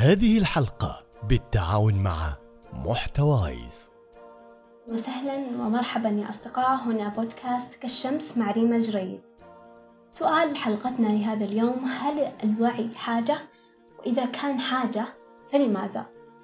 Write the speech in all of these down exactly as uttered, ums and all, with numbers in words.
هذه الحلقة بالتعاون مع محتوايز. وسهلا ومرحبا يا أصدقاء، هنا بودكاست كالشمس مع ريما الجريد. سؤال حلقتنا لهذا اليوم: هل الوعي حاجة؟ وإذا كان حاجة فلماذا؟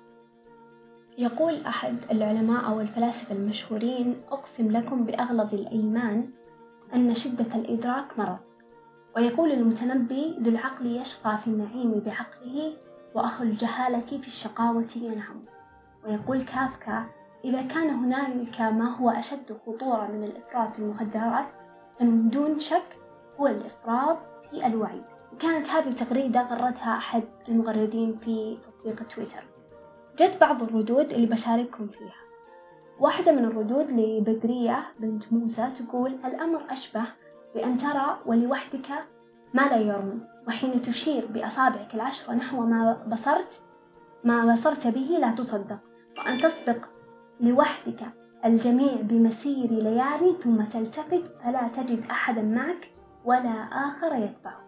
يقول أحد العلماء أو الفلاسفة المشهورين: أقسم لكم بأغلظ الأيمان أن شدة الإدراك مرض. ويقول المتنبي: ذو العقل يشقى في النعيم بعقله، وأخو الجهالة في الشقاوة ينعم. ويقول كافكا: إذا كان هنالك ما هو أشد خطورة من الإفراط في المخدرات فمن دون شك هو الإفراط في الوعي. وكانت هذه تغريدة غردها أحد المغردين في تطبيق تويتر. جت بعض الردود اللي بشارككم فيها. واحدة من الردود لبدرية بنت موسى تقول: الأمر أشبه بأن ترى ولوحدك ما لا يرون، وحين تشير بأصابعك العشر نحو ما بصرت ما بصرت به لا تصدق، وأن تسبق لوحدك الجميع بمسير ليالي ثم تلتفت فلا تجد أحدا معك ولا آخر يتبعك.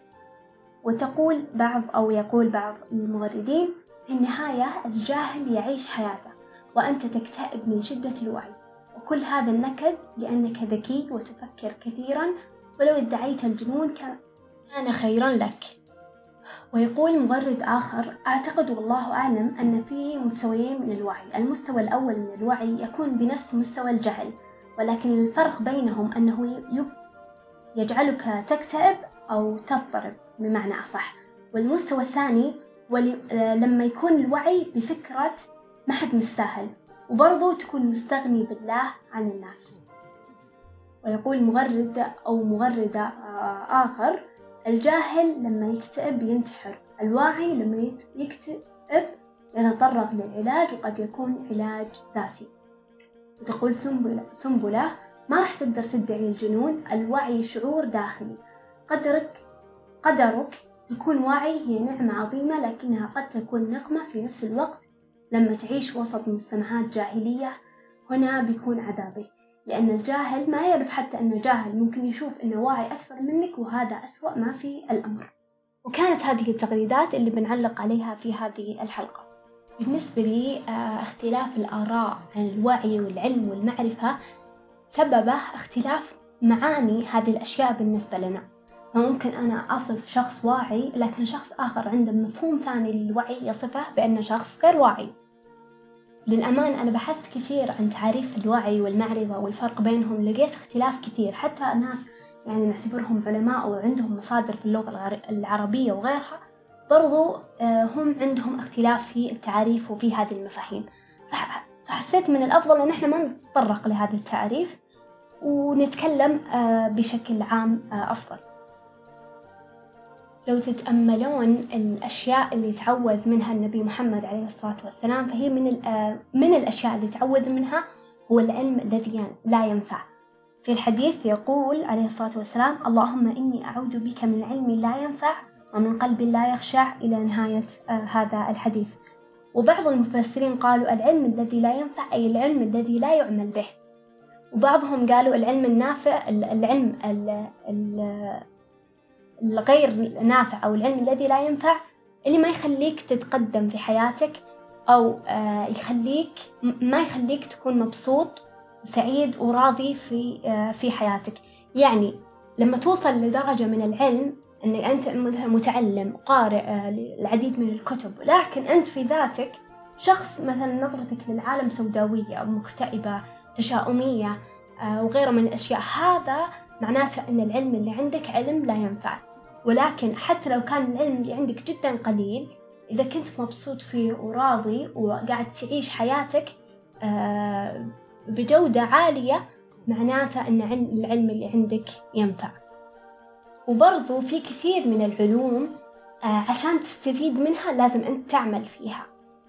وتقول بعض أو يقول بعض المغردين: في النهاية الجاهل يعيش حياته وأنت تكتئب من شدة الوعي، وكل هذا النكد لأنك ذكي وتفكر كثيرا، ولو ادعيت الجنون كان خيرا لك. ويقول مغرد آخر: أعتقد والله أعلم أن في مستويين من الوعي. المستوى الأول من الوعي يكون بنفس مستوى الجهل، ولكن الفرق بينهم أنه يجعلك تكتئب أو تضطرب بمعنى أصح. والمستوى الثاني لما يكون الوعي بفكرة ما حد مستاهل، وبرضو تكون مستغني بالله عن الناس. ويقول مغرد أو مغردة آخر: الجاهل لما يكتئب ينتحر، الواعي لما يكتئب يتطرق للعلاج، وقد يكون علاج ذاتي. وتقول سنبلة, سنبلة: ما راح تقدر تدعي الجنون، الوعي شعور داخلي. قدرك قدرك تكون واعي هي نعمة عظيمة، لكنها قد تكون نقمة في نفس الوقت. لما تعيش وسط مجتمعات جاهلية هنا بيكون عذابه، لأن الجاهل ما يعرف حتى أنه جاهل، ممكن يشوف أنه واعي أكثر منك، وهذا أسوأ ما في الأمر. وكانت هذه التغريدات اللي بنعلق عليها في هذه الحلقة. بالنسبة لي اختلاف الآراء عن الوعي والعلم والمعرفة سببه اختلاف معاني هذه الأشياء بالنسبة لنا. فممكن أنا أصف شخص واعي، لكن شخص آخر عنده مفهوم ثاني للوعي يصفه بأنه شخص غير واعي. للأمان أنا بحثت كثير عن تعريف الوعي والمعرفة والفرق بينهم، لقيت اختلاف كثير. حتى ناس يعني نعتبرهم علماء وعندهم مصادر في اللغة العربية وغيرها، برضو هم عندهم اختلاف في التعريف وفي هذه المفاهيم. فحسيت من الأفضل أن احنا ما نتطرق لهذا التعريف ونتكلم بشكل عام أفضل. لو تتأملون الأشياء اللي تعوذ منها النبي محمد عليه الصلاة والسلام، فهي من من الأشياء اللي تعوذ منها هو العلم الذي لا ينفع. في الحديث يقول عليه الصلاة والسلام: اللهم إني أعوذ بك من علم لا ينفع ومن قلب لا يخشع، إلى نهاية هذا الحديث. وبعض المفسرين قالوا العلم الذي لا ينفع أي العلم الذي لا يعمل به، وبعضهم قالوا العلم النافع العلم ال ال الغير نافع أو العلم الذي لا ينفع اللي ما يخليك تتقدم في حياتك، أو يخليك ما يخليك تكون مبسوط وسعيد وراضي في في حياتك. يعني لما توصل لدرجة من العلم أنك أنت متعلم قارئ العديد من الكتب، لكن أنت في ذاتك شخص مثلا نظرتك للعالم سوداوية أو مكتئبة تشاؤمية وغيره من الأشياء، هذا معناته أن العلم اللي عندك علم لا ينفع. ولكن حتى لو كان العلم اللي عندك جدا قليل، إذا كنت مبسوط فيه وراضي وقاعد تعيش حياتك بجودة عالية، معناته أن العلم اللي عندك ينفع. وبرضو في كثير من العلوم عشان تستفيد منها لازم أنت تعمل فيها.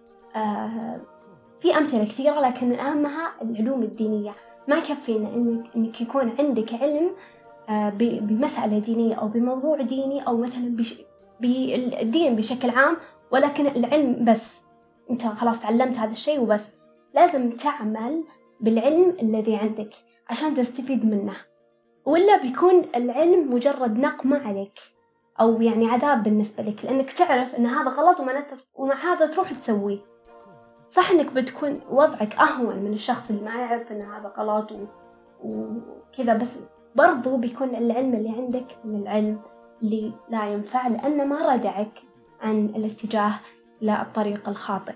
في أمثلة كثيرة، لكن من أهمها العلوم الدينية. ما يكفينا إنك, إنك يكون عندك علم بمسألة دينية أو بموضوع ديني أو مثلا بالدين بشكل عام، ولكن العلم بس أنت خلاص تعلمت هذا الشيء وبس. لازم تعمل بالعلم الذي عندك عشان تستفيد منه، ولا بيكون العلم مجرد نقمة عليك أو يعني عذاب بالنسبة لك، لأنك تعرف أن هذا غلط ومع هذا تروح تسويه. صح أنك بتكون وضعك أهون من الشخص اللي ما يعرف أن هذا غلط وكذا، بس برضو بيكون العلم اللي عندك من العلم اللي لا ينفع، لأنه ما ردعك عن الاتجاه للطريق الخاطئ.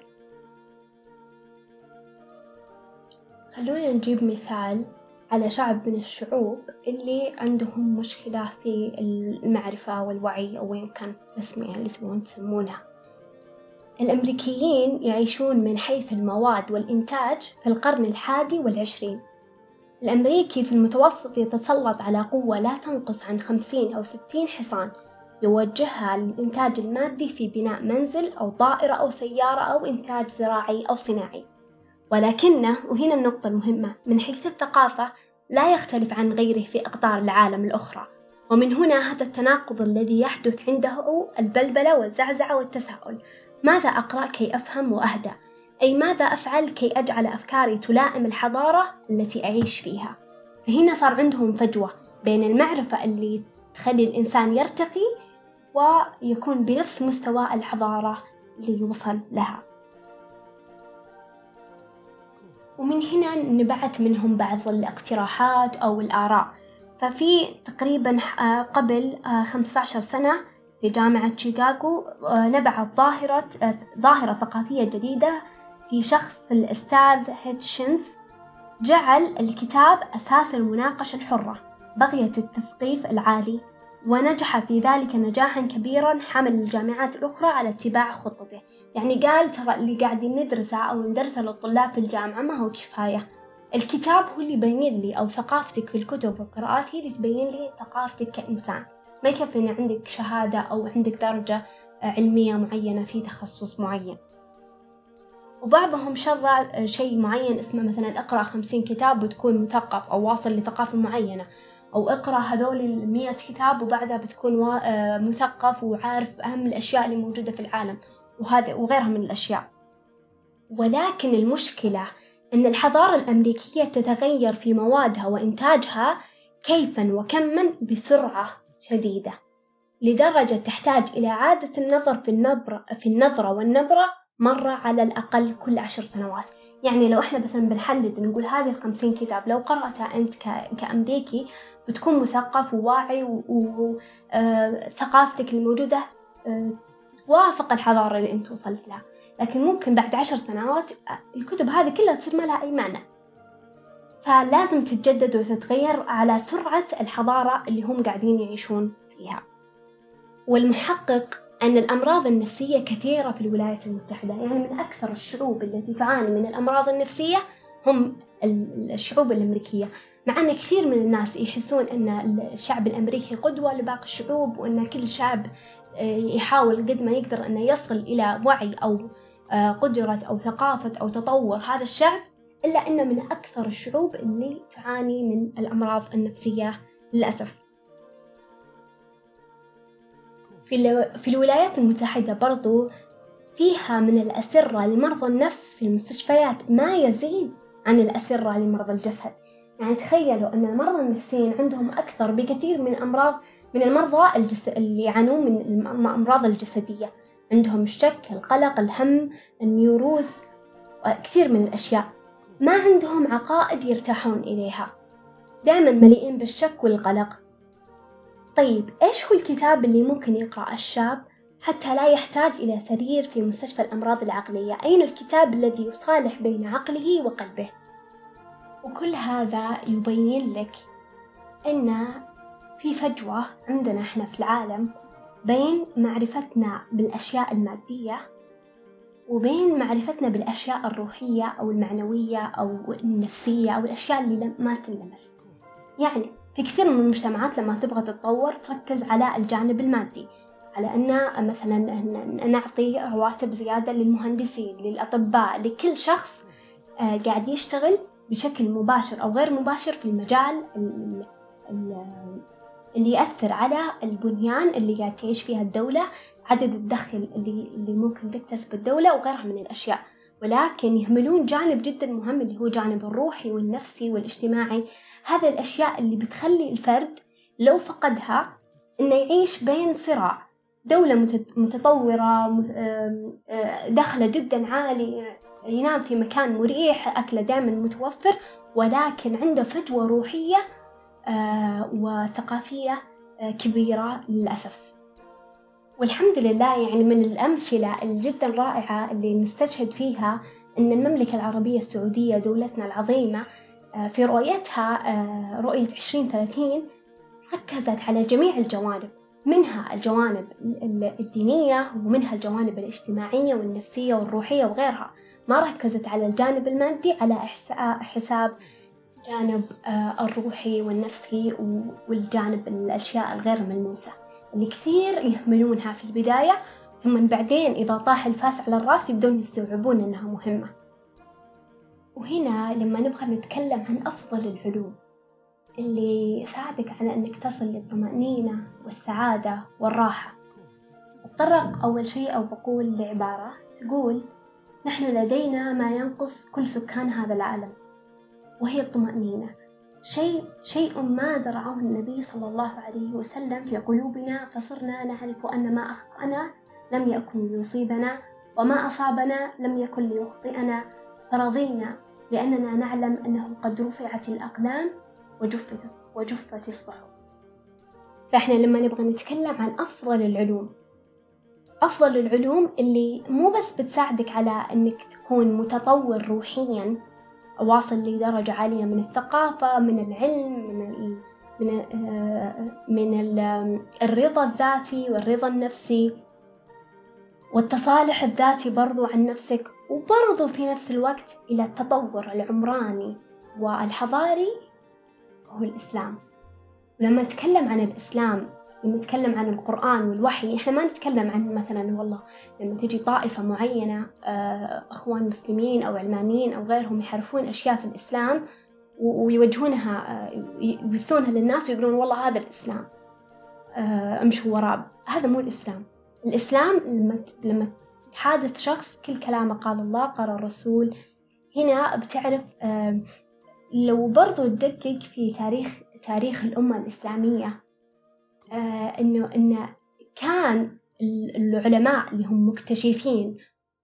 خلونا نجيب مثال على شعب من الشعوب اللي عندهم مشكلة في المعرفة والوعي، أو وين كان تسمية اللي تبون تسمونها. الأمريكيين يعيشون من حيث المواد والإنتاج في القرن الحادي والعشرين. الأمريكي في المتوسط يتسلط على قوة لا تنقص عن خمسين أو ستين حصان، يوجهها للإنتاج المادي في بناء منزل أو طائرة أو سيارة أو إنتاج زراعي أو صناعي. ولكنه، وهنا النقطة المهمة، من حيث الثقافة لا يختلف عن غيره في أقطار العالم الأخرى. ومن هنا هذا التناقض الذي يحدث عنده البلبلة والزعزعة والتساؤل: ماذا أقرأ كي أفهم وأهدى؟ أي ماذا أفعل كي أجعل أفكاري تلائم الحضارة التي أعيش فيها؟ فهنا صار عندهم فجوة بين المعرفة اللي تخلي الإنسان يرتقي ويكون بنفس مستوى الحضارة اللي يوصل لها. ومن هنا نبعت منهم بعض الاقتراحات أو الآراء. ففي تقريبا قبل خمسة عشر سنة في جامعة شيكاغو نبعت ظاهرة ظاهرة ثقافية جديدة في شخص الأستاذ هيتشنز، جعل الكتاب أساس المناقشة الحرة، بغية التثقيف العالي، ونجح في ذلك نجاحا كبيرا حمل الجامعات الأخرى على اتباع خطته. يعني قال ترى اللي قاعدين ندرسه أو ندرسه للطلاب في الجامعة ما هو كفاية، الكتاب هو اللي يبين لي، أو ثقافتك في الكتب والقراءات هي اللي تبين لي ثقافتك كإنسان. ما يكفي إن عندك شهادة أو عندك درجة علمية معينة في تخصص معين. وبعضهم شرع شيء معين اسمه مثلا اقرأ خمسين كتاب وتكون مثقف أو واصل لثقافة معينة، أو اقرأ هذول المية كتاب وبعدها بتكون مثقف وعارف أهم الأشياء اللي موجودة في العالم، وهذا وغيرها من الأشياء. ولكن المشكلة أن الحضارة الأمريكية تتغير في موادها وإنتاجها كيفاً وكماً بسرعة شديدة، لدرجة تحتاج إلى إعادة النظر في النظرة في النظرة والنبرة مرة على الأقل كل عشر سنوات. يعني لو إحنا مثلاً بنحدد نقول هذه الخمسين كتاب لو قرأتها أنت كأمريكي بتكون مثقف وواعي وثقافتك الموجودة توافق الحضارة اللي أنت وصلت لها. لكن ممكن بعد عشر سنوات الكتب هذه كلها تصير ما لها أي معنى. فلازم تتجدد وتتغير على سرعة الحضارة اللي هم قاعدين يعيشون فيها. والمحقق أن الأمراض النفسية كثيرة في الولايات المتحدة. يعني من أكثر الشعوب التي تعاني من الأمراض النفسية هم الشعوب الأمريكية، مع أن كثير من الناس يحسون أن الشعب الأمريكي قدوة لباقي الشعوب، وأن كل شعب يحاول قد ما يقدر أن يصل إلى وعي أو قدرة أو ثقافة أو تطور هذا الشعب، إلا أنه من أكثر الشعوب اللي تعاني من الأمراض النفسية للأسف. في, في الولايات المتحدة برضو فيها من الأسرة لمرضى النفس في المستشفيات ما يزيد عن الأسرة لمرضى الجسد. يعني تخيلوا أن المرضى النفسيين عندهم أكثر بكثير من أمراض من المرضى الجس... اللي يعانون من الأمراض الجسدية. عندهم الشك، القلق، الهم، النيوروز، كثير من الأشياء. ما عندهم عقائد يرتاحون إليها، دائما مليئين بالشك والقلق. طيب إيش هو الكتاب اللي ممكن يقرأ الشاب حتى لا يحتاج إلى سرير في مستشفى الأمراض العقلية؟ أين الكتاب الذي يصالح بين عقله وقلبه؟ وكل هذا يبين لك أن في فجوة عندنا إحنا في العالم بين معرفتنا بالأشياء المادية وبين معرفتنا بالأشياء الروحية أو المعنوية أو النفسية أو الأشياء اللي ما تلمس. يعني في كثير من المجتمعات لما تبغى تتطور تركز على الجانب المادي، على أن مثلا نعطي رواتب زيادة للمهندسين، للأطباء، لكل شخص قاعد يشتغل بشكل مباشر أو غير مباشر في المجال اللي يأثر على البنيان اللي قاعد تعيش فيها الدولة، عدد الدخل اللي اللي ممكن تكتسب الدولة وغيرها من الأشياء. ولكن يهملون جانب جدا مهم اللي هو جانب الروحي والنفسي والاجتماعي. هذا الأشياء اللي بتخلي الفرد لو فقدها إنه يعيش بين صراع، دولة متطورة دخله جدا عالي، ينام في مكان مريح، أكله دائما متوفر، ولكن عنده فجوة روحية وثقافية كبيرة للأسف. والحمد لله يعني من الأمثلة الجدا رائعة اللي نستشهد فيها أن المملكة العربية السعودية دولتنا العظيمة في رؤيتها رؤية عشرين ثلاثين ركزت على جميع الجوانب، منها الجوانب الدينية ومنها الجوانب الاجتماعية والنفسية والروحية وغيرها. ما ركزت على الجانب المادي على حساب جانب الروحي والنفسي والجانب الأشياء الغير ملموسة اللي كثير يهملونها في البداية، ثم بعدين إذا طاح الفاس على الرأس يبدون يستوعبون أنها مهمة. وهنا لما نبغى نتكلم عن أفضل العلوم اللي يساعدك على أنك تصل للطمأنينة والسعادة والراحة، أتطرق أول شيء أو بقول لعبارة تقول: نحن لدينا ما ينقص كل سكان هذا العالم، وهي الطمأنينة، شيء شيء ما زرعه النبي صلى الله عليه وسلم في قلوبنا، فصرنا نعرف أن ما أخطأنا لم يكن ليصيبنا وما أصابنا لم يكن ليخطئنا، فرضينا لأننا نعلم أنه قد رفعت الأقلام وجفت, وجفت الصحف. فإحنا لما نبغى نتكلم عن أفضل العلوم، أفضل العلوم اللي مو بس بتساعدك على أنك تكون متطور روحياً، واصل لدرجة عالية من الثقافة، من العلم، من ال من ال من ال الرضا الذاتي والرضا النفسي والتصالح الذاتي برضو عن نفسك، وبرضو في نفس الوقت إلى التطور العمراني والحضاري هو الإسلام. لما نتكلم عن الإسلام، لما نتكلم عن القرآن والوحي، إحنا ما نتكلم عن مثلا والله لما تجي طائفة معينة أخوان مسلمين أو علمانيين أو غيرهم يحرفون أشياء في الإسلام ويوجهونها يبثونها للناس ويقولون والله هذا الإسلام أمشوا وراء. هذا مو الإسلام. الإسلام لما لما تحادث شخص كل كلامه قال الله قال الرسول، هنا بتعرف. لو برضو تدقق في تاريخ تاريخ الأمة الإسلامية، آه إنه إنه كان العلماء اللي هم مكتشفين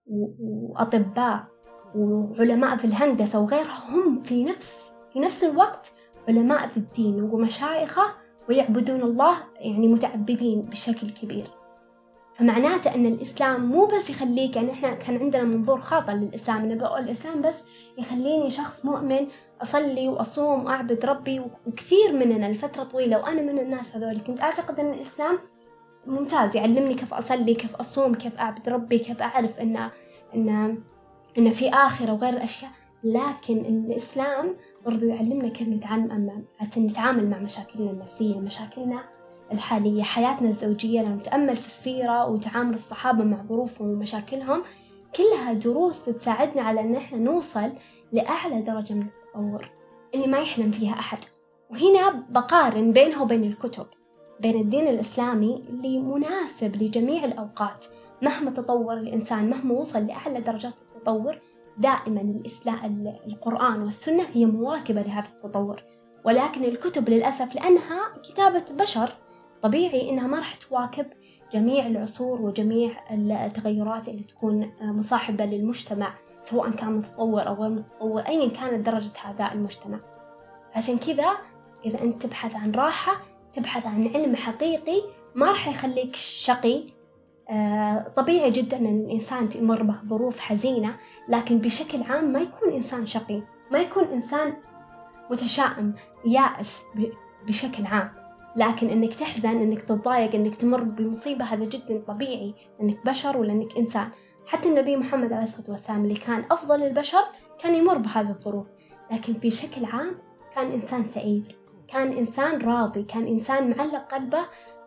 وأطباء وعلماء في الهندسة وغيرها هم في نفس في نفس الوقت علماء في الدين ومشايخة ويعبدون الله، يعني متعبدين بشكل كبير. فمعناته أن الإسلام مو بس يخليك، يعني إحنا كان عندنا منظور خاطئ للإسلام، إنه بقول الإسلام بس يخليني شخص مؤمن أصلي وأصوم وأعبد ربي، وكثير مننا لفترة طويلة وأنا من الناس هذول كنت أعتقد أن الإسلام ممتاز يعلمني كيف أصلي، كيف أصوم، كيف أعبد ربي، كيف أعرف إن إن إن في آخرة وغير الأشياء. لكن الإسلام برضو يعلمنا كيف نتعامل نتعامل مع مشاكلنا النفسية، مشاكلنا الحالية، حياتنا الزوجية. لما نتأمل في السيرة وتعامل الصحابة مع ظروفهم ومشاكلهم، كلها دروس تساعدنا على أن احنا نوصل لأعلى درجة من التطور اللي ما يحلم فيها أحد. وهنا بقارن بينه وبين الكتب، بين الدين الإسلامي اللي مناسب لجميع الأوقات. مهما تطور الإنسان، مهما وصل لأعلى درجات التطور، دائما الإسلام القرآن والسنة هي مواكبة لهذا التطور. ولكن الكتب للأسف لأنها كتابة بشر، طبيعي إنها ما راح تواكب جميع العصور وجميع التغيرات اللي تكون مصاحبة للمجتمع، سواء كان متطور أو غير متطور، أيا كانت درجة هذا المجتمع. عشان كذا إذا أنت تبحث عن راحة، تبحث عن علم حقيقي ما راح يخليك شقي. آه طبيعي جدا أن الإنسان تمر به ظروف حزينة، لكن بشكل عام ما يكون إنسان شقي، ما يكون إنسان متشائم يائس بشكل عام. لكن أنك تحزن، أنك تتضايق، أنك تمر بمصيبة، هذا جدا طبيعي، أنك بشر ولأنك إنسان. حتى النبي محمد عليه الصلاة والسلام اللي كان أفضل البشر كان يمر بهذه الظروف، لكن بشكل عام كان إنسان سعيد، كان إنسان راضي، كان إنسان معلق قلبه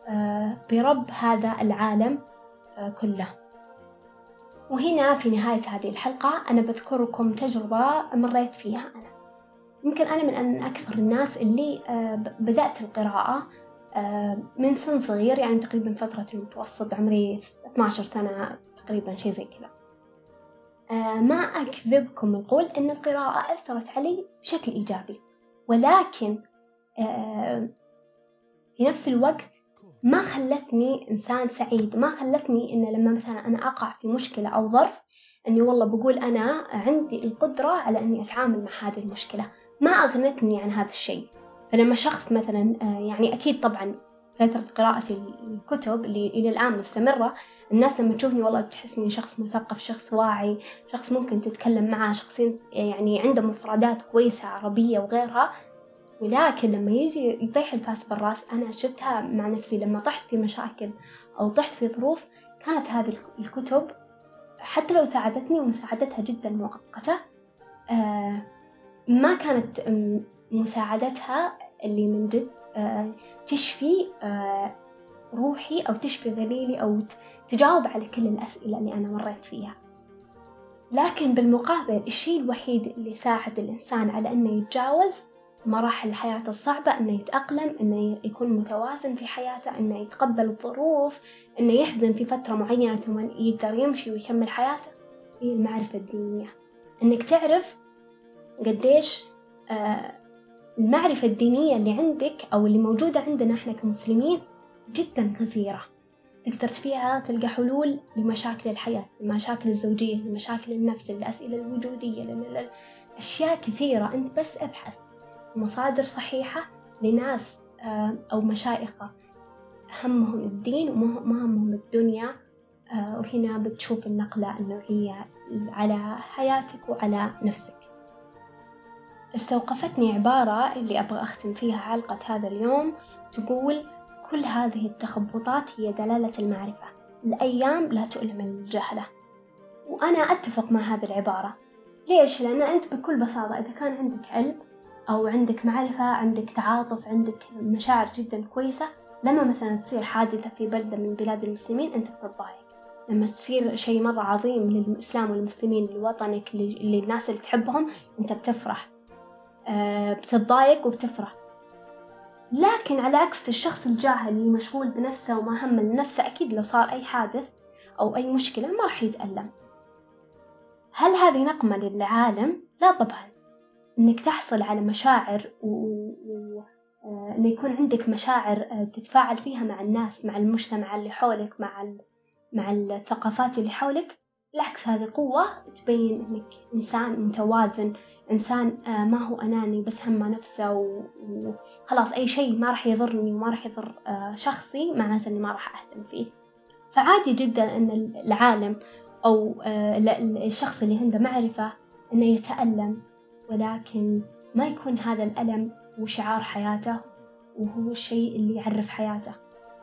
برب هذا العالم كله. وهنا في نهاية هذه الحلقة أنا بذكركم تجربة مريت فيها أنا. يمكن أنا من أكثر الناس اللي بدأت القراءة من سن صغير، يعني تقريبا فترة المتوسط، عمري اثنتي عشرة سنة تقريبا، شيء زي كذا. ما أكذبكم أقول أن القراءة أثرت علي بشكل إيجابي، ولكن في نفس الوقت ما خلتني إنسان سعيد، ما خلتني إن لما مثلا أنا أقع في مشكلة أو ظرف أني والله بقول أنا عندي القدرة على أني أتعامل مع هذه المشكلة، ما أغنتني عن هذا الشيء. فلما شخص مثلا يعني أكيد طبعا فترة قراءة الكتب اللي إلى الآن مستمرة، الناس لما تشوفني والله بتحس إني شخص مثقف، شخص واعي، شخص ممكن تتكلم معه، شخصين يعني عنده مفردات كويسة عربية وغيرها. ولكن لما يجي يطيح الفاس بالراس، أنا شفتها مع نفسي لما طحت في مشاكل أو طحت في ظروف، كانت هذه الكتب حتى لو ساعدتني ومساعدتها جدا مؤقتة، آه ما كانت مساعدتها اللي من جد آه تشفي آه روحي أو تشفي غليلي أو تجاوب على كل الأسئلة اللي أنا مريت فيها. لكن بالمقابل الشيء الوحيد اللي ساعد الإنسان على أنه يتجاوز مراحل الحياة الصعبة، أنه يتأقلم، أنه يكون متوازن في حياته، أنه يتقبل الظروف، أنه يحزن في فترة معينة ثم يقدر يمشي ويكمل حياته، هي المعرفة الدينية. أنك تعرف قديش آه المعرفة الدينية اللي عندك أو اللي موجودة عندنا إحنا كمسلمين جدا كثيرة، تقدر فيها تلقى حلول لمشاكل الحياة، لمشاكل الزوجية، لمشاكل النفس، للأسئلة الوجودية، لأشياء كثيرة. أنت بس أبحث مصادر صحيحة لناس أو مشايخ همهم الدين وما همهم الدنيا، وهنا بتشوف النقلة النوعية على حياتك وعلى نفسك. استوقفتني عبارة اللي أبغى أختم فيها حلقة هذا اليوم، تقول: كل هذه التخبطات هي دلالة المعرفة، الأيام لا تؤلم الجهلة. وأنا أتفق مع هذه العبارة. ليش؟ لأن أنت بكل بساطة إذا كان عندك علم أو عندك معرفة، عندك تعاطف، عندك مشاعر جدا كويسة، لما مثلا تصير حادثة في بلدة من بلاد المسلمين أنت بتضايق، لما تصير شيء مرة عظيم للإسلام والمسلمين لوطنك للناس اللي تحبهم أنت بتفرح، أه بتضايق وبتفرح. لكن على عكس الشخص الجاهل اللي مشغول بنفسه وما هم لنفسه، أكيد لو صار أي حادث أو أي مشكلة ما راح يتألم. هل هذه نقمة للعالم؟ لا طبعا. إنك تحصل على مشاعر وإن يكون عندك مشاعر تتفاعل فيها مع الناس، مع المجتمع اللي حولك، مع ال... مع الثقافات اللي حولك، بالعكس هذه قوة تبين إنك إنسان متوازن، إنسان ما هو أناني بس هم نفسه وخلاص أي شيء ما راح يضرني وما راح يضر شخصي معناته إني ما راح أهتم فيه. فعادي جدا أن العالم أو الشخص اللي عنده معرفة أنه يتألم، ولكن ما يكون هذا الألم هو شعار حياته وهو الشيء اللي يعرف حياته.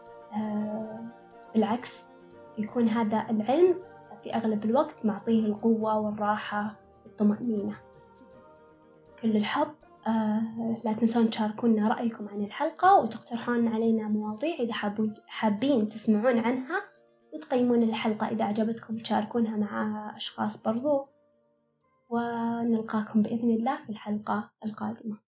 بالعكس يكون هذا العلم في أغلب الوقت معطيه القوة والراحة والطمأنينة. كل الحب. لا تنسون تشاركونا رأيكم عن الحلقة وتقترحون علينا مواضيع إذا حابين تسمعون عنها، وتقيمون الحلقة إذا عجبتكم تشاركونها مع أشخاص برضو. ونلقاكم بإذن الله في الحلقة القادمة.